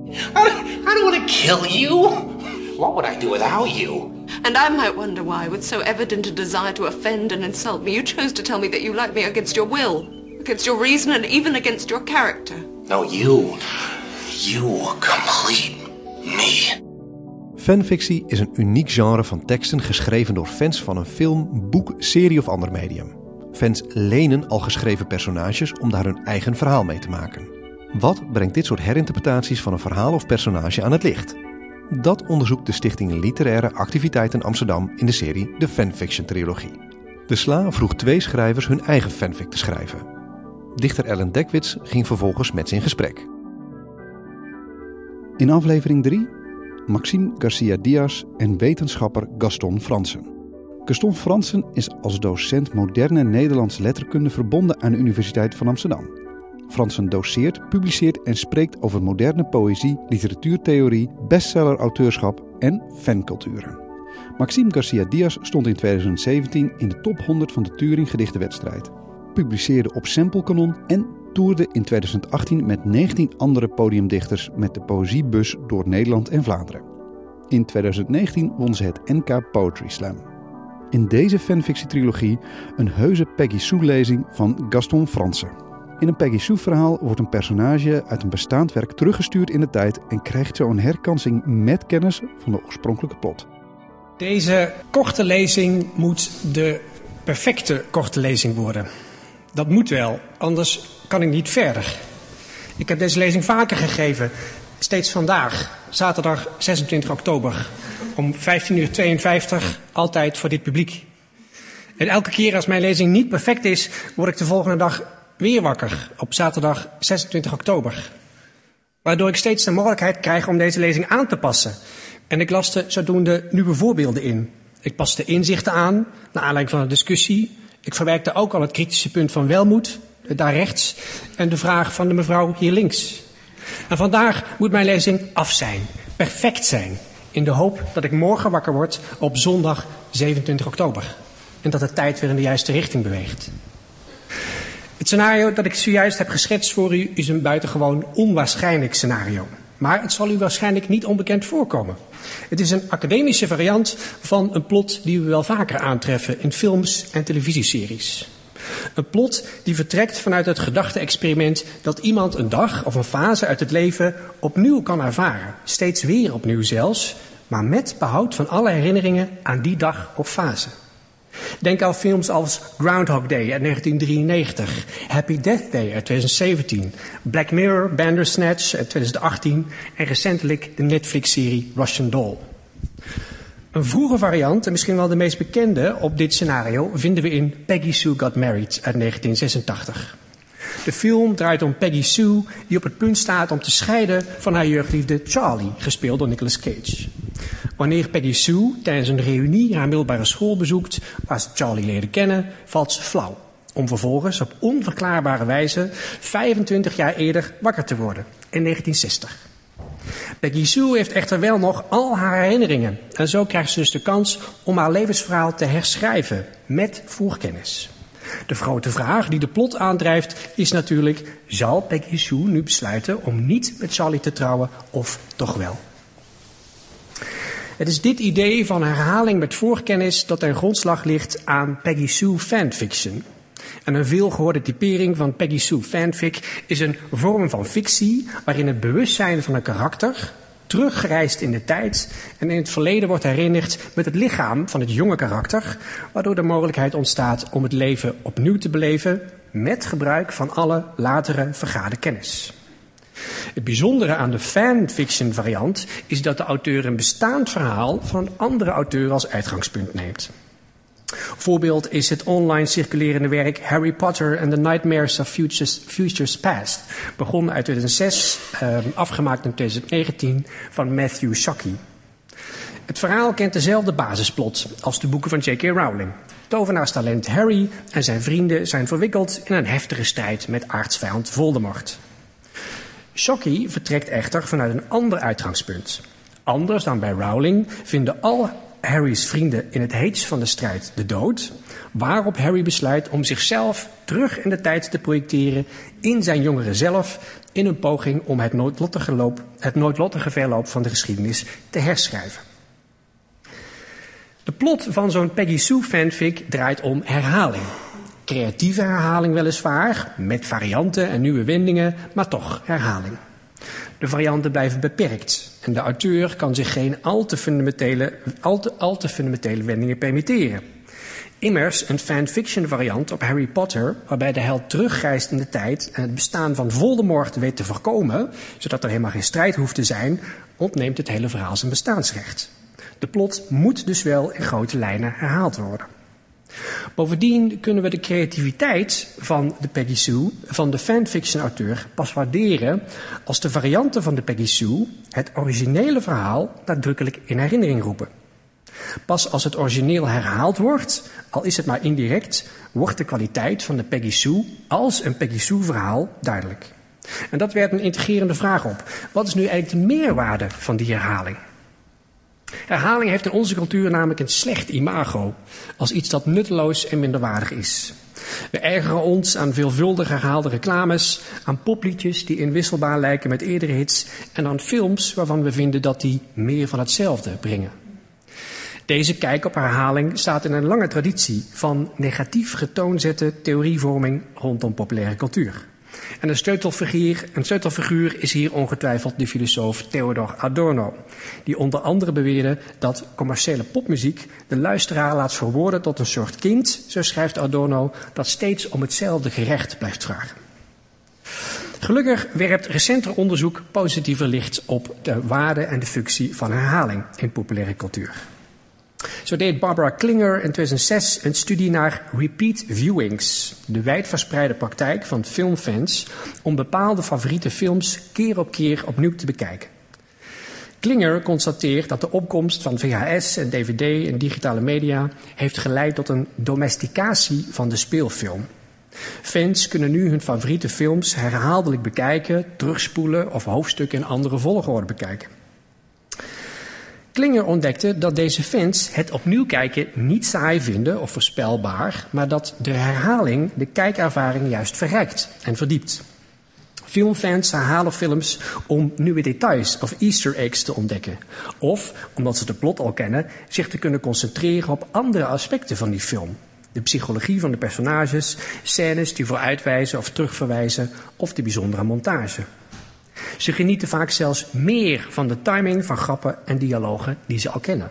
I don't want to kill you. What would I do without you? And I might wonder why, with so evident a desire to offend and insult me, you chose to tell me that you like me against your will, against your reason, and even against your character. No, you complete me. Fanfictie is een uniek genre van teksten geschreven door fans van een film, boek, serie of ander medium. Fans lenen al geschreven personages om daar hun eigen verhaal mee te maken. Wat brengt dit soort herinterpretaties van een verhaal of personage aan het licht? Dat onderzoekt de Stichting Literaire Activiteiten Amsterdam in de serie De Fanfiction-trilogie. De SLA vroeg 2 schrijvers hun eigen fanfic te schrijven. Dichter Ellen Dekwits ging vervolgens met ze in gesprek. In aflevering 3... Maxime Garcia Diaz en wetenschapper Gaston Fransen. Gaston Fransen is als docent moderne Nederlandse letterkunde verbonden aan de Universiteit van Amsterdam. Fransen doceert, publiceert en spreekt over moderne poëzie, literatuurtheorie, bestseller-auteurschap en fanculturen. Maxime Garcia Diaz stond in 2017 in de top 100 van de Turing Gedichtenwedstrijd, publiceerde op Sample Canon en toerde in 2018 met 19 andere podiumdichters met de Poëziebus door Nederland en Vlaanderen. In 2019 won ze het NK Poetry Slam. In deze fanfictietrilogie een heuse Peggy Sue-lezing van Gaston Fransen. In een Peggy Sue-verhaal wordt een personage uit een bestaand werk teruggestuurd in de tijd en krijgt zo een herkansing met kennis van de oorspronkelijke plot. Deze korte lezing moet de perfecte korte lezing worden. Dat moet wel, anders kan ik niet verder. Ik heb deze lezing vaker gegeven, steeds vandaag, zaterdag 26 oktober, om 15:52, altijd voor dit publiek. En elke keer als mijn lezing niet perfect is, word ik de volgende dag weer wakker, op zaterdag 26 oktober. Waardoor ik steeds de mogelijkheid krijg om deze lezing aan te passen. En ik laste zodoende nieuwe voorbeelden in. Ik paste inzichten aan, naar aanleiding van een discussie. Ik verwerkte ook al het kritische punt van Welmoed, daar rechts, en de vraag van de mevrouw hier links. En vandaag moet mijn lezing af zijn, perfect zijn, in de hoop dat ik morgen wakker word op zondag 27 oktober. En dat de tijd weer in de juiste richting beweegt. Het scenario dat ik zojuist heb geschetst voor u is een buitengewoon onwaarschijnlijk scenario. Maar het zal u waarschijnlijk niet onbekend voorkomen. Het is een academische variant van een plot die we wel vaker aantreffen in films en televisieseries. Een plot die vertrekt vanuit het gedachte-experiment dat iemand een dag of een fase uit het leven opnieuw kan ervaren. Steeds weer opnieuw zelfs, maar met behoud van alle herinneringen aan die dag of fase. Denk aan films als Groundhog Day uit 1993, Happy Death Day uit 2017, Black Mirror, Bandersnatch uit 2018 en recentelijk de Netflix-serie Russian Doll. Een vroege variant, en misschien wel de meest bekende op dit scenario, vinden we in Peggy Sue Got Married uit 1986. De film draait om Peggy Sue die op het punt staat om te scheiden van haar jeugdliefde Charlie, gespeeld door Nicolas Cage. Wanneer Peggy Sue tijdens een reunie haar middelbare school bezoekt waar ze Charlie leerde kennen, valt ze flauw. Om vervolgens op onverklaarbare wijze 25 jaar eerder wakker te worden, in 1960. Peggy Sue heeft echter wel nog al haar herinneringen. En zo krijgt ze dus de kans om haar levensverhaal te herschrijven met voorkennis. De grote vraag die de plot aandrijft is natuurlijk: zal Peggy Sue nu besluiten om niet met Charlie te trouwen of toch wel? Het is dit idee van herhaling met voorkennis dat ten grondslag ligt aan Peggy Sue fanfiction. En een veelgehoorde typering van Peggy Sue fanfic is een vorm van fictie waarin het bewustzijn van een karakter teruggereisd in de tijd en in het verleden wordt herinnerd met het lichaam van het jonge karakter, waardoor de mogelijkheid ontstaat om het leven opnieuw te beleven met gebruik van alle latere vergade kennis. Het bijzondere aan de fanfiction variant is dat de auteur een bestaand verhaal van een andere auteur als uitgangspunt neemt. Voorbeeld is het online circulerende werk Harry Potter and the Nightmares of Futures Past, begonnen uit 2006, afgemaakt in 2019 van Matthew Shockey. Het verhaal kent dezelfde basisplot als de boeken van J.K. Rowling. Tovenaarstalent Harry en zijn vrienden zijn verwikkeld in een heftige strijd met aartsvijand Voldemort. Shockey vertrekt echter vanuit een ander uitgangspunt. Anders dan bij Rowling vinden Harry's vrienden in het heetst van de strijd de dood, waarop Harry besluit om zichzelf terug in de tijd te projecteren in zijn jongere zelf, in een poging om het noodlottige verloop van de geschiedenis te herschrijven. De plot van zo'n Peggy Sue fanfic draait om herhaling. Creatieve herhaling weliswaar, met varianten en nieuwe wendingen, maar toch herhaling. De varianten blijven beperkt en de auteur kan zich geen al te fundamentele wendingen permitteren. Immers een fanfiction variant op Harry Potter, waarbij de held terugreist in de tijd en het bestaan van Voldemort weet te voorkomen, zodat er helemaal geen strijd hoeft te zijn, ontneemt het hele verhaal zijn bestaansrecht. De plot moet dus wel in grote lijnen herhaald worden. Bovendien kunnen we de creativiteit van de Peggy Sue, van de fanfiction-auteur, pas waarderen als de varianten van de Peggy Sue het originele verhaal nadrukkelijk in herinnering roepen. Pas als het origineel herhaald wordt, al is het maar indirect, wordt de kwaliteit van de Peggy Sue als een Peggy Sue-verhaal duidelijk. En dat werpt een integrerende vraag op. Wat is nu eigenlijk de meerwaarde van die herhaling? Herhaling heeft in onze cultuur namelijk een slecht imago, als iets dat nutteloos en minderwaardig is. We ergeren ons aan veelvuldig herhaalde reclames, aan popliedjes die inwisselbaar lijken met eerdere hits en aan films waarvan we vinden dat die meer van hetzelfde brengen. Deze kijk op herhaling staat in een lange traditie van negatief getoonzette theorievorming rondom populaire cultuur. En een sleutelfiguur is hier ongetwijfeld de filosoof Theodor Adorno, die onder andere beweerde dat commerciële popmuziek de luisteraar laat verwoorden tot een soort kind, zo schrijft Adorno, dat steeds om hetzelfde gerecht blijft vragen. Gelukkig werpt recenter onderzoek positiever licht op de waarde en de functie van herhaling in populaire cultuur. Zo deed Barbara Klinger in 2006 een studie naar repeat viewings, de wijdverspreide praktijk van filmfans om bepaalde favoriete films keer op keer opnieuw te bekijken. Klinger constateert dat de opkomst van VHS en DVD en digitale media heeft geleid tot een domesticatie van de speelfilm. Fans kunnen nu hun favoriete films herhaaldelijk bekijken, terugspoelen of hoofdstukken in andere volgorde bekijken. Klinger ontdekte dat deze fans het opnieuw kijken niet saai vinden of voorspelbaar, maar dat de herhaling de kijkervaring juist verrijkt en verdiept. Filmfans herhalen films om nieuwe details of easter eggs te ontdekken. Of, omdat ze de plot al kennen, zich te kunnen concentreren op andere aspecten van die film. De psychologie van de personages, scènes die vooruitwijzen of terugverwijzen of de bijzondere montage. Ze genieten vaak zelfs meer van de timing van grappen en dialogen die ze al kennen.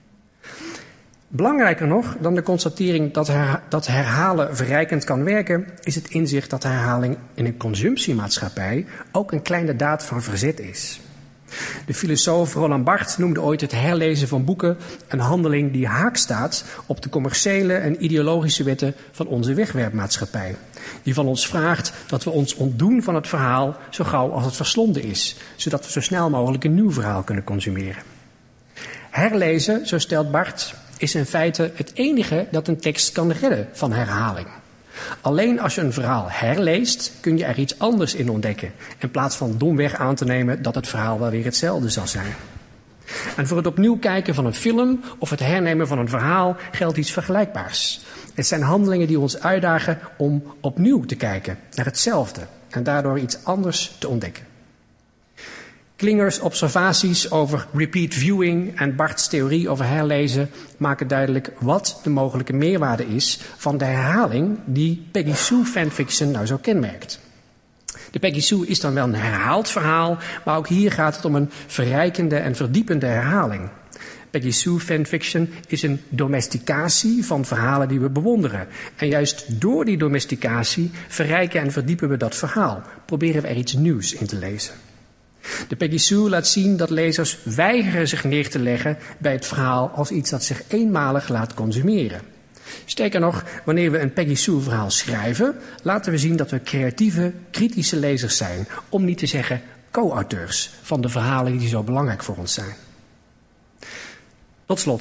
Belangrijker nog dan de constatering dat herhalen verrijkend kan werken, is het inzicht dat herhaling in een consumptiemaatschappij ook een kleine daad van verzet is. De filosoof Roland Barthes noemde ooit het herlezen van boeken een handeling die haak staat op de commerciële en ideologische wetten van onze wegwerpmaatschappij. Die van ons vraagt dat we ons ontdoen van het verhaal zo gauw als het verslonden is, zodat we zo snel mogelijk een nieuw verhaal kunnen consumeren. Herlezen, zo stelt Barthes, is in feite het enige dat een tekst kan redden van herhaling. Alleen als je een verhaal herleest, kun je er iets anders in ontdekken, in plaats van domweg aan te nemen dat het verhaal wel weer hetzelfde zal zijn. En voor het opnieuw kijken van een film of het hernemen van een verhaal geldt iets vergelijkbaars. Het zijn handelingen die ons uitdagen om opnieuw te kijken naar hetzelfde en daardoor iets anders te ontdekken. Klingers observaties over repeat viewing en Barthes' theorie over herlezen maken duidelijk wat de mogelijke meerwaarde is van de herhaling die Peggy Sue fanfiction nou zo kenmerkt. De Peggy Sue is dan wel een herhaald verhaal, maar ook hier gaat het om een verrijkende en verdiepende herhaling. Peggy Sue fanfiction is een domesticatie van verhalen die we bewonderen. En juist door die domesticatie verrijken en verdiepen we dat verhaal. Proberen we er iets nieuws in te lezen. De Peggy Sue laat zien dat lezers weigeren zich neer te leggen bij het verhaal als iets dat zich eenmalig laat consumeren. Sterker nog, wanneer we een Peggy Sue verhaal schrijven, laten we zien dat we creatieve, kritische lezers zijn, om niet te zeggen co-auteurs van de verhalen die zo belangrijk voor ons zijn. Tot slot,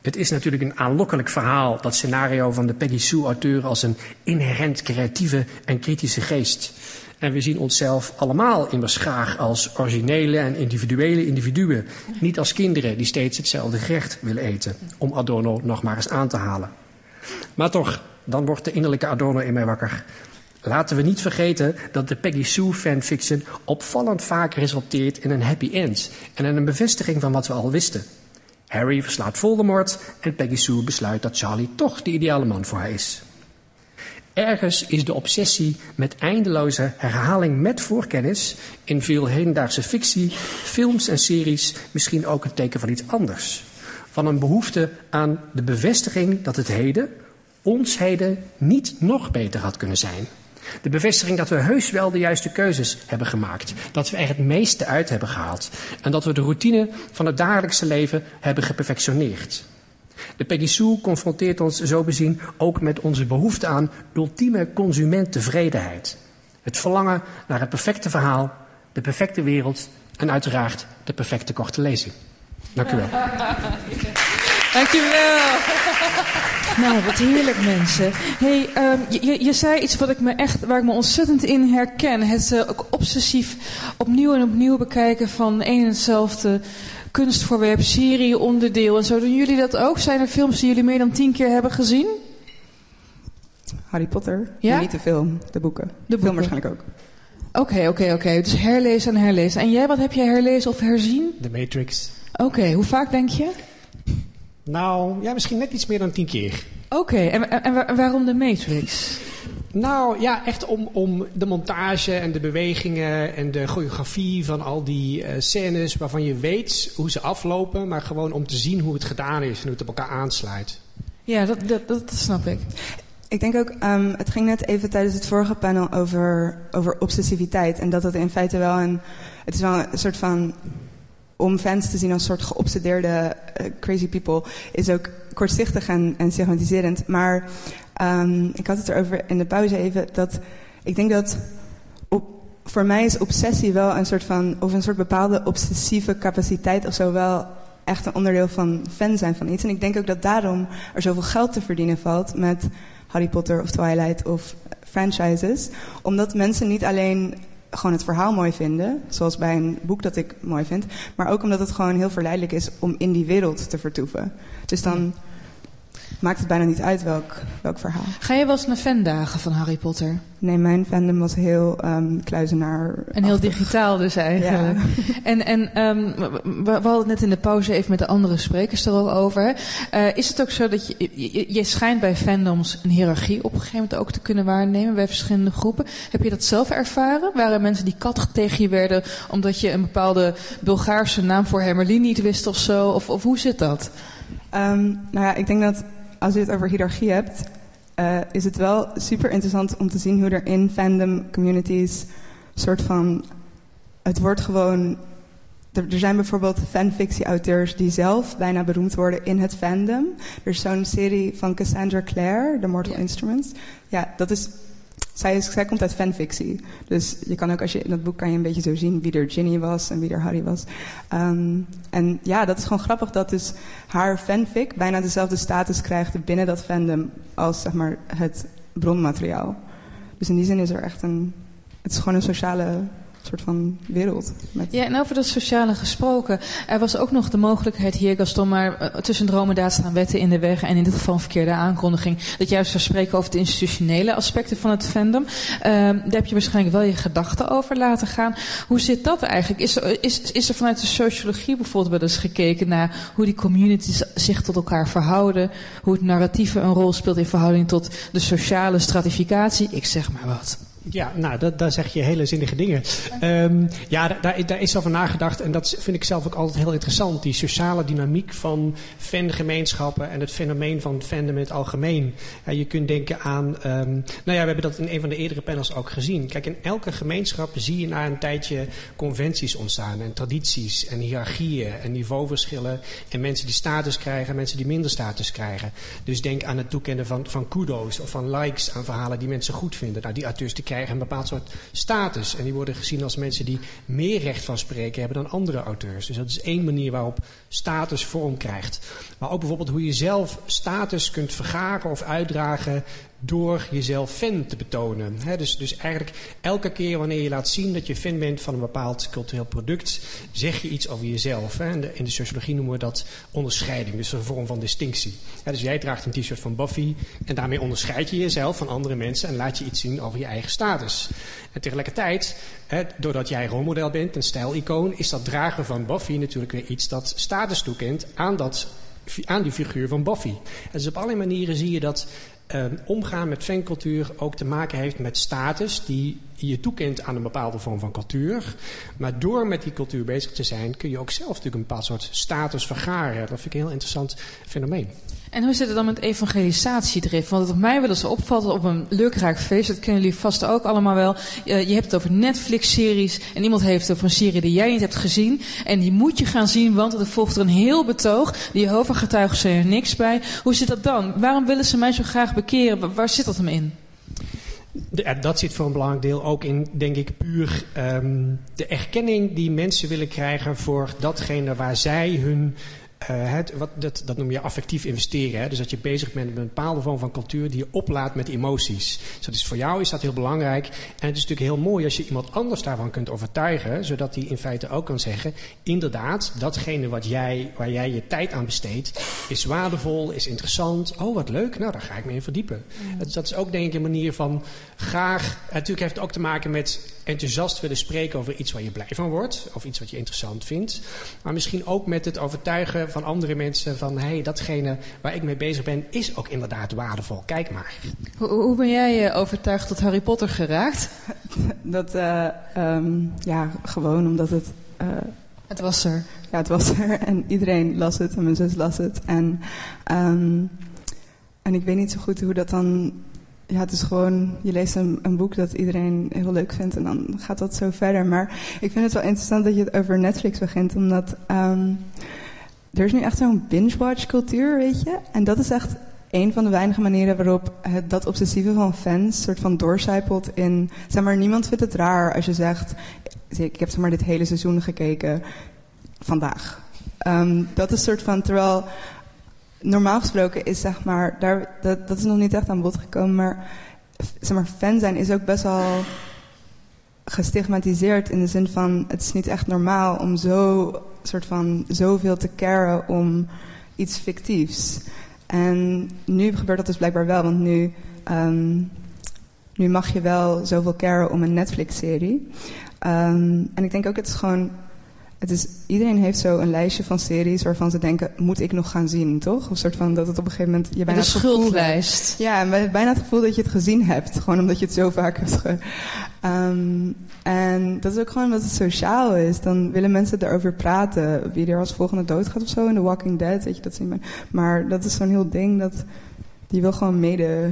Het is natuurlijk een aanlokkelijk verhaal, dat scenario van de Peggy Sue-auteur als een inherent creatieve en kritische geest. En we zien onszelf allemaal immers graag als originele en individuele individuen. Niet als kinderen die steeds hetzelfde gerecht willen eten, om Adorno nog maar eens aan te halen. Maar toch, dan wordt de innerlijke Adorno in mij wakker. Laten we niet vergeten dat de Peggy Sue fanfiction opvallend vaak resulteert in een happy end en in een bevestiging van wat we al wisten. Harry verslaat Voldemort en Peggy Sue besluit dat Charlie toch de ideale man voor haar is. Ergens is de obsessie met eindeloze herhaling met voorkennis in veel hedendaagse fictie, films en series misschien ook een teken van iets anders. Van een behoefte aan de bevestiging dat het heden, ons heden, niet nog beter had kunnen zijn. De bevestiging dat we heus wel de juiste keuzes hebben gemaakt. Dat we er het meeste uit hebben gehaald. En dat we de routine van het dagelijkse leven hebben geperfectioneerd. De Peggy Sue confronteert ons zo bezien ook met onze behoefte aan ultieme consumenttevredenheid. Het verlangen naar het perfecte verhaal, de perfecte wereld en uiteraard de perfecte korte lezing. Dank u wel. Dank u wel. Nou, wat heerlijk, mensen. Hey, je zei iets waar ik me ontzettend in herken. Het ook obsessief opnieuw en opnieuw bekijken van een en hetzelfde kunstvoorwerp, serie, onderdeel en zo. Doen jullie dat ook? Zijn er films die jullie meer dan 10 keer hebben gezien? Harry Potter. Ja? Niet de film, de boeken. De film waarschijnlijk ook. Oké. Dus herlezen en herlezen. En jij, wat heb jij herlezen of herzien? The Matrix. Oké, hoe vaak denk je? Nou, ja, misschien net iets meer dan 10 keer. Oké, en waarom de Matrix? Nou ja, echt om de montage en de bewegingen en de choreografie van al die scènes waarvan je weet hoe ze aflopen, maar gewoon om te zien hoe het gedaan is en hoe het op elkaar aansluit. Ja, dat snap ik. Ik denk ook, het ging net even tijdens het vorige panel over obsessiviteit. En dat het in feite het is wel een soort van, om fans te zien als soort geobsedeerde crazy people, is ook kortzichtig en stigmatiserend. Maar ik had het erover in de pauze even, dat ik denk dat voor mij is obsessie wel een soort bepaalde obsessieve capaciteit of zo wel echt een onderdeel van fan zijn van iets. En ik denk ook dat daarom er zoveel geld te verdienen valt met Harry Potter of Twilight of franchises. Omdat mensen niet alleen gewoon het verhaal mooi vinden, zoals bij een boek dat ik mooi vind, maar ook omdat het gewoon heel verleidelijk is om in die wereld te vertoeven. Dus dan maakt het bijna niet uit welk verhaal. Ga je wel eens naar fandagen van Harry Potter? Nee, mijn fandom was heel kluizenaar. En heel digitaal dus eigenlijk. Ja. We hadden het net in de pauze even met de andere sprekers er al over. Is het ook zo dat je schijnt bij fandoms een hiërarchie op een gegeven moment ook te kunnen waarnemen bij verschillende groepen? Heb je dat zelf ervaren? Waren mensen die kattig tegen je werden omdat je een bepaalde Bulgaarse naam voor Hermeline niet wist of zo? Of hoe zit dat? Nou ja, ik denk dat als je het over hiërarchie hebt, is het wel super interessant om te zien hoe er in fandom communities soort van, het wordt gewoon, er zijn bijvoorbeeld fanfiction-auteurs die zelf bijna beroemd worden in het fandom. Er is zo'n serie van Cassandra Clare, The Mortal Instruments. Ja, dat is, zij komt uit fanfictie. Dus je kan ook, als je in dat boek kan je een beetje zo zien wie er Ginny was en wie er Harry was. En ja, dat is gewoon grappig dat dus haar fanfic bijna dezelfde status krijgt binnen dat fandom als zeg maar het bronmateriaal. Dus in die zin is er echt het is gewoon een sociale soort van wereld. Ja, en over dat sociale gesproken. Er was ook nog de mogelijkheid hier, Gaston, maar tussen dromedaad staan wetten in de weg en in dit geval een verkeerde aankondiging, dat juist zou spreken over de institutionele aspecten van het fandom. Daar heb je waarschijnlijk wel je gedachten over laten gaan. Hoe zit dat eigenlijk? Is er vanuit de sociologie bijvoorbeeld wel eens gekeken naar hoe die communities zich tot elkaar verhouden, hoe het narratieve een rol speelt in verhouding tot de sociale stratificatie? Ik zeg maar wat. Ja, nou, daar zeg je hele zinnige dingen. Daar is over nagedacht en dat vind ik zelf ook altijd heel interessant. Die sociale dynamiek van fangemeenschappen en het fenomeen van fandom in het algemeen. Je kunt denken aan, we hebben dat in een van de eerdere panels ook gezien. Kijk, in elke gemeenschap zie je na een tijdje conventies ontstaan en tradities en hiërarchieën en niveauverschillen en mensen die status krijgen en mensen die minder status krijgen. Dus denk aan het toekennen van kudo's of van likes aan verhalen die mensen goed vinden. Nou, die auteurs die krijgen een bepaald soort status. En die worden gezien als mensen die meer recht van spreken hebben dan andere auteurs. Dus dat is één manier waarop status vorm krijgt. Maar ook bijvoorbeeld hoe je zelf status kunt vergaren of uitdragen door jezelf fan te betonen. Dus eigenlijk elke keer wanneer je laat zien dat je fan bent van een bepaald cultureel product, zeg je iets over jezelf. In de sociologie noemen we dat onderscheiding, dus een vorm van distinctie. Dus jij draagt een t-shirt van Buffy en daarmee onderscheid je jezelf van andere mensen en laat je iets zien over je eigen status. En tegelijkertijd, doordat jij rolmodel bent, een stijlicoon, is dat dragen van Buffy natuurlijk weer iets dat status toekent aan die figuur van Buffy. Dus op allerlei manieren zie je dat omgaan met fancultuur ook te maken heeft met status die je toekent aan een bepaalde vorm van cultuur. Maar door met die cultuur bezig te zijn kun je ook zelf natuurlijk een bepaald soort status vergaren. Dat vind ik een heel interessant fenomeen. En hoe zit het dan met evangelisatiedrift? Want het op mij wel eens opvalt op een lukraak feest, dat kennen jullie vast ook allemaal wel. Je hebt het over Netflix-series en iemand heeft het over een serie die jij niet hebt gezien. En die moet je gaan zien, want er volgt er een heel betoog. De Jehovah-getuigen zijn er niks bij. Hoe zit dat dan? Waarom willen ze mij zo graag bekeren? Waar zit dat hem in? Dat zit voor een belangrijk deel ook in, denk ik, puur de erkenning die mensen willen krijgen voor datgene waar zij hun dat noem je affectief investeren. Hè? Dus dat je bezig bent met een bepaalde vorm van cultuur die je oplaadt met emoties. Dus voor jou is dat heel belangrijk. En het is natuurlijk heel mooi als je iemand anders daarvan kunt overtuigen, zodat die in feite ook kan zeggen, inderdaad, datgene waar jij je tijd aan besteedt, is waardevol, is interessant. Oh, wat leuk. Nou, daar ga ik me in verdiepen. Dus dat is ook, denk ik, een manier van graag. Natuurlijk heeft het ook te maken met enthousiast willen spreken over iets waar je blij van wordt, of iets wat je interessant vindt. Maar misschien ook met het overtuigen van andere mensen van, datgene waar ik mee bezig ben is ook inderdaad waardevol. Kijk maar. Hoe ben jij overtuigd tot Harry Potter geraakt? Gewoon omdat het... het was er. Ja, het was er. En iedereen las het. En mijn zus las het. En ik weet niet zo goed hoe dat dan... Ja, het is gewoon, je leest een boek dat iedereen heel leuk vindt en dan gaat dat zo verder. Maar ik vind het wel interessant dat je het over Netflix begint, omdat er is nu echt zo'n binge-watch cultuur, weet je. En dat is echt een van de weinige manieren waarop dat obsessieve van fans soort van doorcijpelt in... Zeg maar, niemand vindt het raar als je zegt, ik heb zeg maar dit hele seizoen gekeken vandaag. Dat is soort van, terwijl... Normaal gesproken is zeg maar, dat is nog niet echt aan bod gekomen, maar zeg maar, fan zijn is ook best wel gestigmatiseerd in de zin van, het is niet echt normaal om zoveel te caren om iets fictiefs. En nu gebeurt dat dus blijkbaar wel, want nu mag je wel zoveel caren om een Netflix-serie. En ik denk ook, het is gewoon... iedereen heeft zo een lijstje van series waarvan ze denken, moet ik nog gaan zien, toch? Of soort van dat het op een gegeven moment... Je bijna de schuldlijst. Ja, bijna het gevoel dat je het gezien hebt. Gewoon omdat je het zo vaak hebt en dat is ook gewoon omdat het sociaal is. Dan willen mensen erover praten. Wie er als volgende doodgaat of zo in The Walking Dead. Weet je, dat zien. Maar dat is zo'n heel ding dat... Die wil gewoon mede...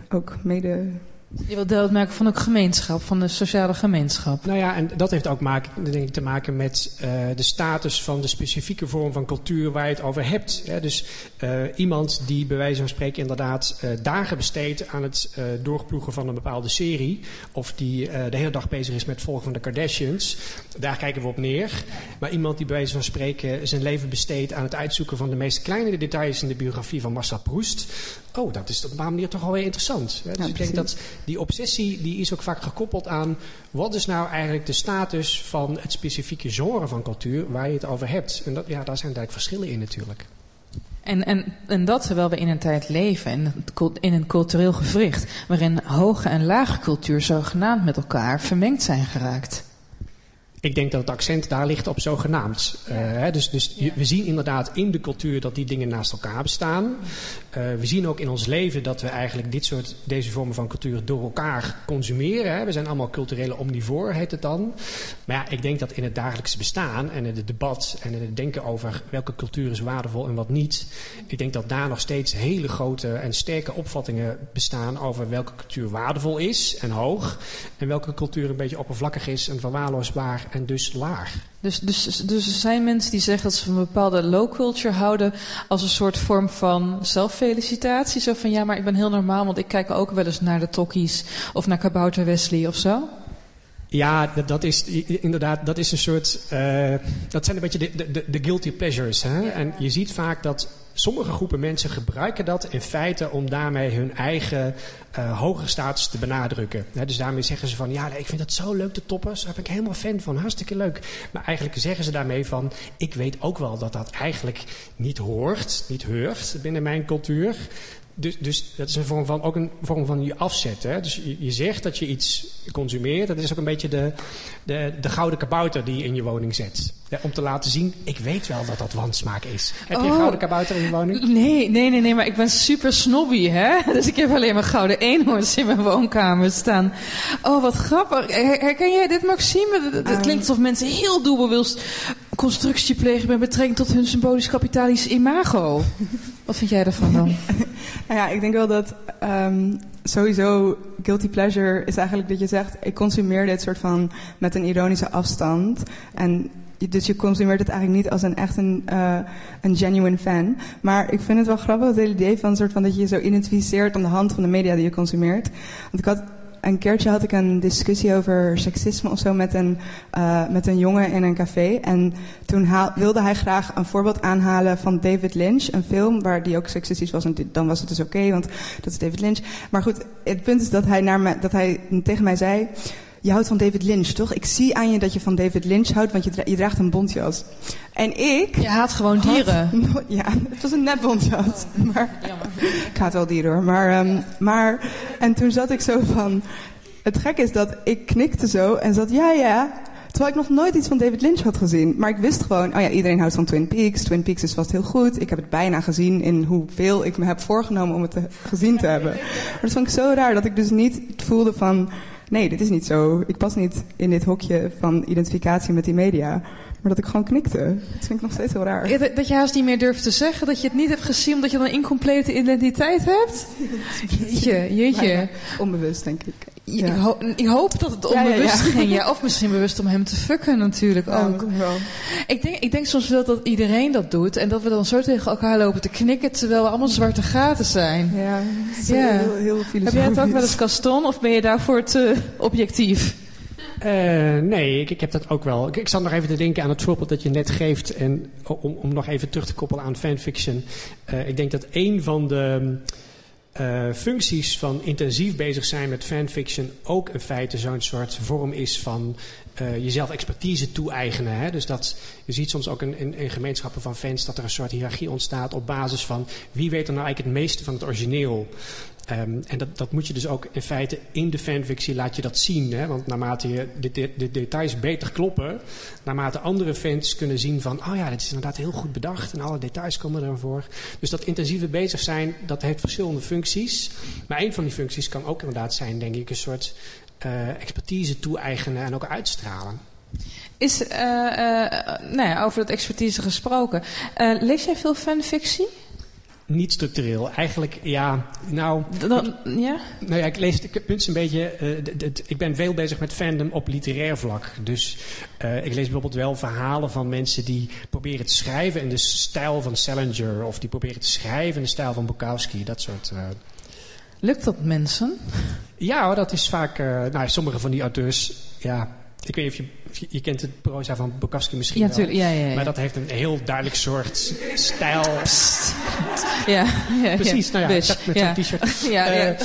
Je wilt deel uitmaken van ook gemeenschap, van de sociale gemeenschap. Nou ja, en dat heeft ook denk ik, te maken met de status van de specifieke vorm van cultuur waar je het over hebt. Hè? Dus iemand die bij wijze van spreken inderdaad dagen besteedt aan het doorploegen van een bepaalde serie, of die de hele dag bezig is met het volgen van de Kardashians, daar kijken we op neer. Maar iemand die bij wijze van spreken zijn leven besteedt aan het uitzoeken van de meest kleine details in de biografie van Marcel Proust, dat is op een bepaalde manier toch wel weer interessant. Hè? Dus ik denk dat die obsessie die is ook vaak gekoppeld aan wat is nou eigenlijk de status van het specifieke genre van cultuur waar je het over hebt. En daar zijn duidelijk verschillen in natuurlijk. En dat terwijl we in een tijd leven, in een cultureel gewricht, waarin hoge en lage cultuur zogenaamd met elkaar vermengd zijn geraakt. Ik denk dat het accent daar ligt op zogenaamd. We zien inderdaad in de cultuur dat die dingen naast elkaar bestaan. We zien ook in ons leven dat we eigenlijk deze vormen van cultuur door elkaar consumeren. Hè. We zijn allemaal culturele omnivoren, heet het dan. Maar ja, ik denk dat in het dagelijkse bestaan en in het debat en in het denken over welke cultuur is waardevol en wat niet. Ik denk dat daar nog steeds hele grote en sterke opvattingen bestaan over welke cultuur waardevol is en hoog. En welke cultuur een beetje oppervlakkig is en verwaarloosbaar en dus laag. Dus er zijn mensen die zeggen dat ze van een bepaalde low culture houden als een soort vorm van zelffelicitatie. Zo van, ja, maar ik ben heel normaal, want ik kijk ook wel eens naar de Tokkies of naar Kabouter Wesley of zo. Ja, dat is inderdaad, dat is een soort, dat zijn een beetje de guilty pleasures. Hè? Ja. En je ziet vaak dat sommige groepen mensen gebruiken dat in feite om daarmee hun eigen hogere status te benadrukken. Dus daarmee zeggen ze van, ja, ik vind het zo leuk, de toppers, daar ben ik helemaal fan van, hartstikke leuk. Maar eigenlijk zeggen ze daarmee van, ik weet ook wel dat dat eigenlijk niet heurt binnen mijn cultuur. Dus dat is ook een vorm van je afzetten. Hè? Dus je zegt dat je iets consumeert. Dat is ook een beetje de gouden kabouter die je in je woning zet. Ja, om te laten zien, ik weet wel dat dat wansmaak is. Heb je een gouden kabouter in je woning? Nee, maar ik ben super snobby, hè. Dus ik heb alleen maar gouden eenhoorns in mijn woonkamer staan. Oh, wat grappig. Herken jij dit, Maxime? Het klinkt alsof mensen heel doelbewust constructie plegen met betrekking tot hun symbolisch kapitalisch imago. Wat vind jij daarvan dan? Nou ja, ik denk wel dat sowieso guilty pleasure is eigenlijk dat je zegt, ik consumeer dit soort van met een ironische afstand. En dus je consumeert het eigenlijk niet als een genuine fan. Maar ik vind het wel grappig, het hele idee van, soort van dat je je zo identificeert aan de hand van de media die je consumeert. Want een keertje had ik een discussie over seksisme of zo met een jongen in een café. En toen wilde hij graag een voorbeeld aanhalen van David Lynch. Een film waar die ook seksistisch was. En dan was het dus oké, want dat is David Lynch. Maar goed, het punt is dat hij tegen mij zei, je houdt van David Lynch, toch? Ik zie aan je dat je van David Lynch houdt, want je draagt een bontjas. En ik... Je haat gewoon dieren. Ja, het was een net bontjas. Maar, ik haat wel dieren, hoor. Maar... En toen zat ik zo van... Het gekke is dat ik knikte zo en zat ja. Terwijl ik nog nooit iets van David Lynch had gezien. Maar ik wist gewoon, oh ja, iedereen houdt van Twin Peaks. Twin Peaks is vast heel goed. Ik heb het bijna gezien in hoeveel ik me heb voorgenomen om het gezien te hebben. Maar dat vond ik zo raar dat ik dus niet voelde van... Nee, dit is niet zo. Ik pas niet in dit hokje van identificatie met die media. Maar dat ik gewoon knikte. Dat vind ik nog steeds heel raar. Ja, dat je haast niet meer durft te zeggen. Dat je het niet hebt gezien omdat je dan een incomplete identiteit hebt. Jeetje. Onbewust, denk ik. Ja. Ik hoop dat het onbewust ging. Ja, of misschien bewust om hem te fucken natuurlijk ook. Wel. Ik denk soms wel dat iedereen dat doet. En dat we dan zo tegen elkaar lopen te knikken terwijl we allemaal zwarte gaten zijn. Ja, heel filosofisch. Heb jij het ook wel eens, Gaston? Of ben je daarvoor te objectief? Nee, ik heb dat ook wel. Ik zat nog even te denken aan het voorbeeld dat je net geeft. En om nog even terug te koppelen aan fanfiction. Ik denk dat een van de functies van intensief bezig zijn met fanfiction ook in feite zo'n soort vorm is van jezelf expertise toe-eigenen. Hè? Dus dat je ziet soms ook in gemeenschappen van fans dat er een soort hiërarchie ontstaat op basis van wie weet er nou eigenlijk het meeste van het origineel. En dat moet je dus ook in feite in de fanfictie laat je dat zien. Hè? Want naarmate je de details beter kloppen, naarmate andere fans kunnen zien van, oh ja, dit is inderdaad heel goed bedacht en alle details komen er voor. Dus dat intensieve bezig zijn, dat heeft verschillende functies. Maar een van die functies kan ook inderdaad zijn, denk ik, een soort expertise toe-eigenen en ook uitstralen. Is, over dat expertise gesproken, lees jij veel fanfictie? Niet structureel. Eigenlijk, ja, nou... Ja? Nou ja, ik lees het punt is een beetje... ik ben veel bezig met fandom op literair vlak. Dus ik lees bijvoorbeeld wel verhalen van mensen die proberen te schrijven in de stijl van Salinger. Of die proberen te schrijven in de stijl van Bukowski. Dat soort... Lukt dat mensen? Ja, dat is vaak... sommige van die auteurs... Ja, ik weet niet of je kent het proza van Bukowski misschien ja, wel. Tuurlijk, ja. Maar dat heeft een heel duidelijk soort stijl. Psst. Ja. Precies, nou ja, met zo'n t-shirt. Ja.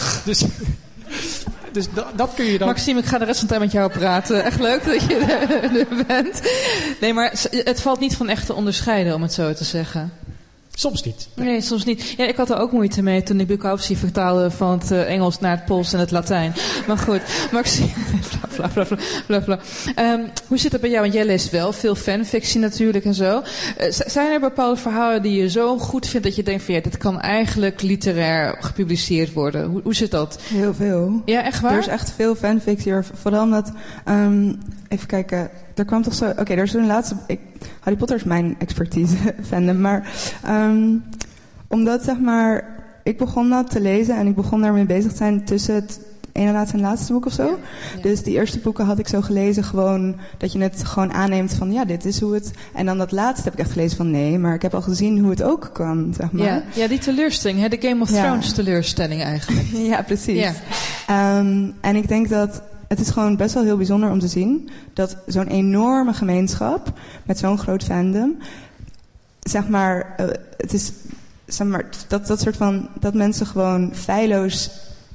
Dus dat kun je dan... Maxime, ik ga de rest van de tijd met jou praten. Echt leuk dat je er bent. Nee, maar het valt niet van echt te onderscheiden, om het zo te zeggen. Soms niet. Nee, soms niet. Ja, ik had er ook moeite mee toen ik Bukowski vertaalde van het Engels naar het Pools en het Latijn. Maar goed, Maxime... Bla. Hoe zit het bij jou? Want jij leest wel veel fanfictie natuurlijk en zo. Zijn er bepaalde verhalen die je zo goed vindt dat je denkt van ja, dit kan eigenlijk literair gepubliceerd worden? Hoe zit dat? Heel veel. Ja, echt waar? Er is echt veel fanfictie. Vooral omdat... even kijken... Er kwam toch zo... Oké, er is toen laatste... Harry Potter is mijn expertise fandom. Maar omdat, zeg maar... Ik begon dat te lezen en ik begon daarmee bezig te zijn tussen het ene laatste boek of zo. Ja. Dus die eerste boeken had ik zo gelezen gewoon, dat je het gewoon aanneemt van, ja, dit is hoe het... En dan dat laatste heb ik echt gelezen van, nee, maar ik heb al gezien hoe het ook kan, zeg maar. Ja, die teleurstelling, hè? De Game of Thrones teleurstelling eigenlijk. Ja, precies. Ja. En ik denk dat het is gewoon best wel heel bijzonder om te zien dat zo'n enorme gemeenschap met zo'n groot fandom, zeg maar, het is, zeg maar, dat soort van, dat mensen gewoon feilloos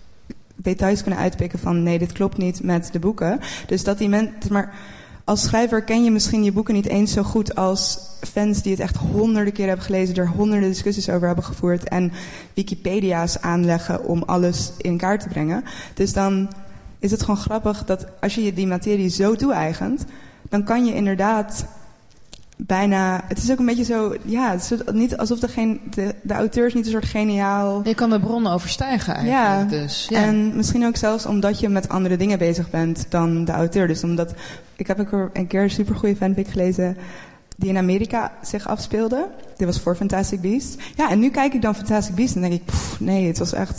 details kunnen uitpikken van nee, dit klopt niet met de boeken. Dus dat die mensen, maar als schrijver ken je misschien je boeken niet eens zo goed als fans die het echt honderden keer hebben gelezen, er honderden discussies over hebben gevoerd en Wikipedia's aanleggen om alles in kaart te brengen. Dus dan is het gewoon grappig dat als je je die materie zo toe-eigent, dan kan je inderdaad bijna... Het is ook een beetje zo... Ja, het is niet alsof de auteur is niet een soort geniaal... Je kan de bronnen overstijgen eigenlijk. Ja, dus, ja. En misschien ook zelfs omdat je met andere dingen bezig bent dan de auteur. Dus omdat... Ik heb ook een keer een supergoeie fanfic gelezen die in Amerika zich afspeelde. Dit was voor Fantastic Beasts. Ja, en nu kijk ik dan Fantastic Beasts en denk ik... nee, het was echt...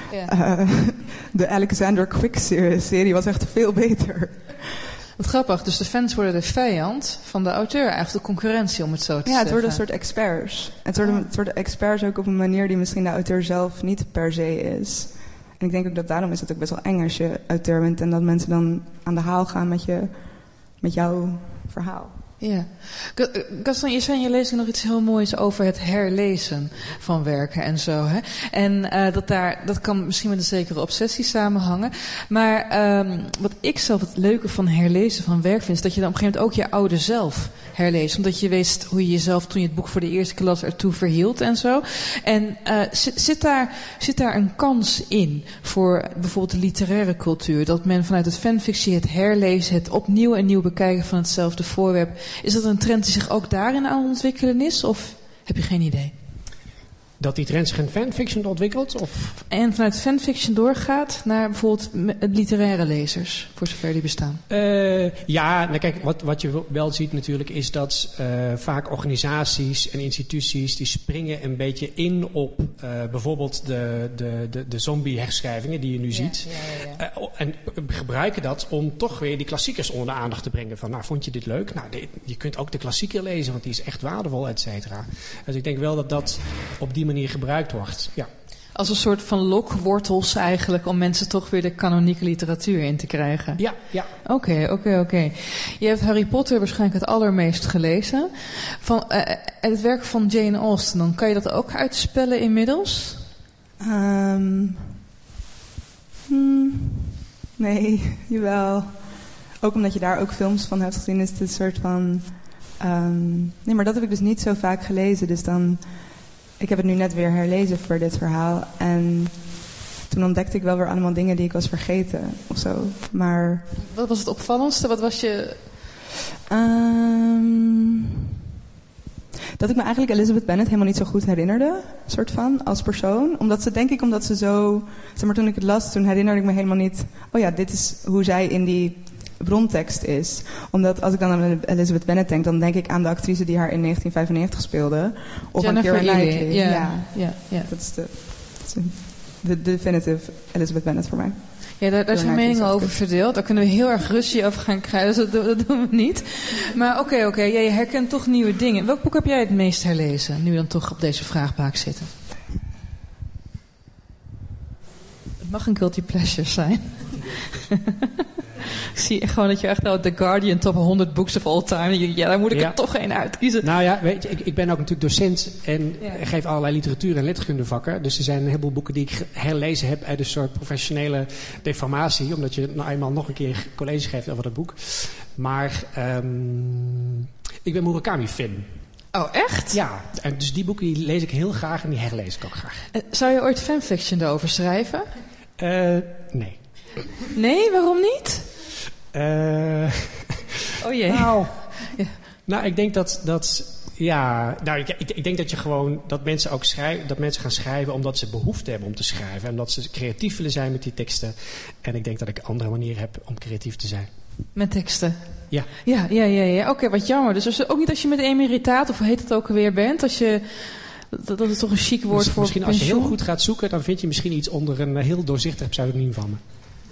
Ja. De Alexander Quick serie was echt veel beter. Wat grappig, dus de fans worden de vijand van de auteur, eigenlijk de concurrentie om het zo te zeggen. Ja, het worden een soort experts. Het worden experts ook op een manier die misschien de auteur zelf niet per se is. En ik denk ook dat daarom is het ook best wel eng als je auteur bent en dat mensen dan aan de haal gaan met jouw verhaal. Ja. Gaston, je zei in je lezing nog iets heel moois over het herlezen van werken en zo. Hè? En dat kan misschien met een zekere obsessie samenhangen. Maar wat ik zelf het leuke van herlezen van werk vind, is dat je dan op een gegeven moment ook je oude zelf herleest. Omdat je wist hoe je jezelf toen je het boek voor de eerste keer las ertoe verhield en zo. En zit daar een kans in voor bijvoorbeeld de literaire cultuur? Dat men vanuit het fanfictie het herlezen, het opnieuw en nieuw bekijken van hetzelfde voorwerp, is dat een trend die zich ook daarin aan ontwikkelen is? Of heb je geen idee? Dat die trend zich in fanfiction ontwikkelt? Of? En vanuit fanfiction doorgaat naar bijvoorbeeld literaire lezers, voor zover die bestaan? Ja, nou kijk, wat je wel ziet natuurlijk is dat vaak organisaties en instituties die springen een beetje in op bijvoorbeeld de zombie-herschrijvingen die je nu ziet. Ja. En gebruiken dat om toch weer die klassiekers onder de aandacht te brengen. Van, nou, vond je dit leuk? Nou, je kunt ook de klassieker lezen, want die is echt waardevol, et cetera. Dus ik denk wel dat dat op die manier gebruikt wordt. Ja. Als een soort van lokwortels eigenlijk, om mensen toch weer de kanonieke literatuur in te krijgen. Ja. Oké. Je hebt Harry Potter waarschijnlijk het allermeest gelezen. Van het werk van Jane Austen, dan kan je dat ook uitspellen inmiddels? Nee, jawel. Ook omdat je daar ook films van hebt gezien, is het een soort van... nee, maar dat heb ik dus niet zo vaak gelezen, dus dan... Ik heb het nu net weer herlezen voor dit verhaal. En toen ontdekte ik wel weer allemaal dingen die ik was vergeten. Of zo. Maar... Wat was het opvallendste? Wat was je... dat ik me eigenlijk Elizabeth Bennet helemaal niet zo goed herinnerde. Soort van, als persoon. Omdat ze zo... Zeg maar, toen ik het las, toen herinnerde ik me helemaal niet... Oh ja, dit is hoe zij in die brontekst is. Omdat als ik dan aan Elizabeth Bennet denk, dan denk ik aan de actrice die haar in 1995 speelde. Of Jennifer aan Keira Knightley. Ja. Dat is de definitive Elizabeth Bennet voor mij. Ja, daar zijn meningen over verdeeld. Daar kunnen we heel erg ruzie over gaan krijgen. Dus dat doen we niet. Maar oké. Ja, je herkent toch nieuwe dingen. Welk boek heb jij het meest herlezen? Nu we dan toch op deze vraagbaak zitten. Het mag een guilty pleasure zijn. Ik zie gewoon dat je echt The Guardian top 100 books of all time. Ja, daar moet ik er toch één uitkiezen. Nou ja, weet je, ik ben ook natuurlijk docent en geef allerlei literatuur- en letterkundevakken. Dus er zijn een heleboel boeken die ik herlezen heb uit een soort professionele deformatie. Omdat je nou eenmaal nog een keer college geeft over dat boek. Maar ik ben Murakami-fan. Oh, echt? Ja, en dus die boeken die lees ik heel graag en die herlees ik ook graag. Zou je ooit fanfiction erover schrijven? Nee. Nee, waarom niet? Oh jee. Nou, ik denk ik denk dat je gewoon dat mensen ook dat mensen gaan schrijven omdat ze behoefte hebben om te schrijven en omdat ze creatief willen zijn met die teksten. En ik denk dat ik een andere manier heb om creatief te zijn. Met teksten? Ja. Ja. Oké, wat jammer. Dus ook niet als je met emeritaat of hoe heet het ook alweer bent, als je dat is toch een chic woord voor misschien als je heel goed gaat zoeken, dan vind je misschien iets onder een heel doorzichtig pseudoniem van me.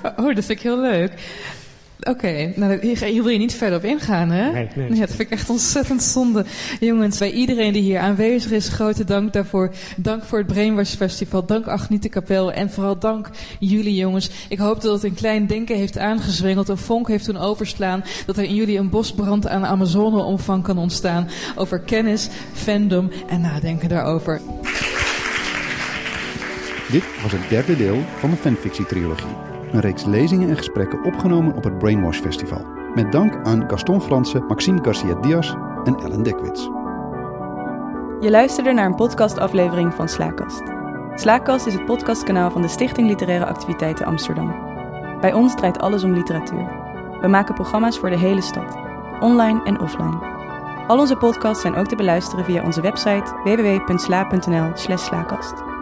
Oh, dat vind ik heel leuk. Oké, nou, hier wil je niet verder op ingaan, hè? Nee. Ja, dat vind ik echt ontzettend zonde. Jongens, bij iedereen die hier aanwezig is, grote dank daarvoor. Dank voor het Brainwash Festival. Dank Agniete Kapel. En vooral dank jullie, jongens. Ik hoop dat het een klein denken heeft aangezwengeld, een vonk heeft doen overslaan, dat er in jullie een bosbrand aan Amazone-omvang kan ontstaan over kennis, fandom en nadenken daarover. Dit was het derde deel van de fanfictie-trilogie. Een reeks lezingen en gesprekken opgenomen op het Brainwash Festival. Met dank aan Gaston Fransen, Maxime Garcia-Diaz en Ellen Dekwits. Je luisterde naar een podcastaflevering van Slaakast. Slaakast is het podcastkanaal van de Stichting Literaire Activiteiten Amsterdam. Bij ons draait alles om literatuur. We maken programma's voor de hele stad, online en offline. Al onze podcasts zijn ook te beluisteren via onze website www.sla.nl/slaakast.